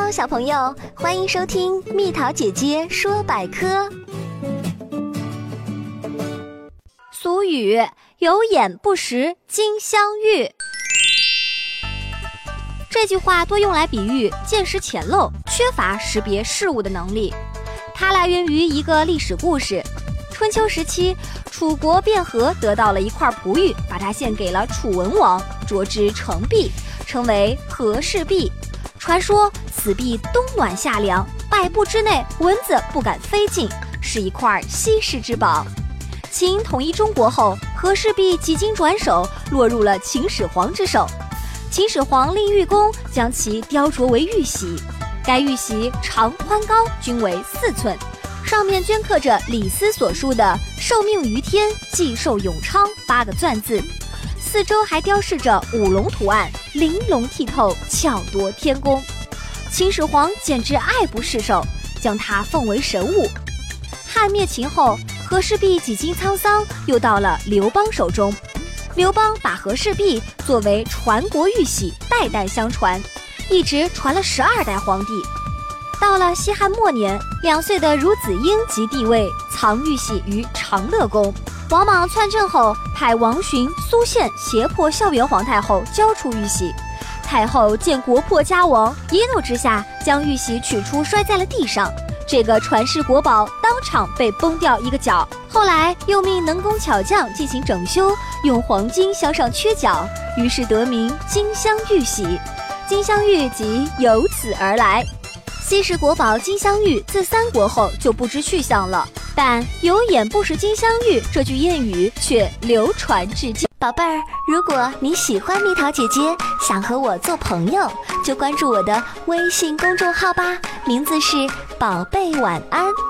Hello， 小朋友，欢迎收听蜜桃姐姐说百科。俗语有眼不识金镶玉，这句话多用来比喻见识浅陋，缺乏识别事物的能力。它来源于一个历史故事。春秋时期，楚国卞和得到了一块璞玉，把它献给了楚文王，琢之成璧，称为和氏璧。传说此璧冬暖夏凉，100步之内蚊子不敢飞进，是一块稀世之宝。秦统一中国后，和氏璧几经转手，落入了秦始皇之手。秦始皇令玉工将其雕琢为玉玺，该玉玺长宽高均为4寸，上面镌刻着李斯所书的受命于天，既寿永昌8个篆字，四周还雕饰着5龙图案，玲珑剔透，巧夺天工。秦始皇简直爱不释手，将它奉为神物。汉灭秦后，和氏璧几经沧桑，又到了刘邦手中。刘邦把和氏璧作为传国玉玺，代代相传，一直传了12代皇帝。到了西汉末年，2岁的孺子婴即帝位，藏玉玺于长乐宫。王莽篡政后，派王询、苏宪胁迫孝元皇太后交出玉玺。太后见国破家亡，一怒之下将玉玺取出，摔在了地上。这个传世国宝当场被崩掉一个角。后来又命能工巧匠进行整修，用黄金镶上缺角，于是得名金镶玉玺。金镶玉即由此而来。稀世国宝金镶玉自三国后就不知去向了，但有眼不识金镶玉这句谚语却流传至今。宝贝儿，如果你喜欢蜜桃姐姐，想和我做朋友，就关注我的微信公众号吧，名字是宝贝晚安。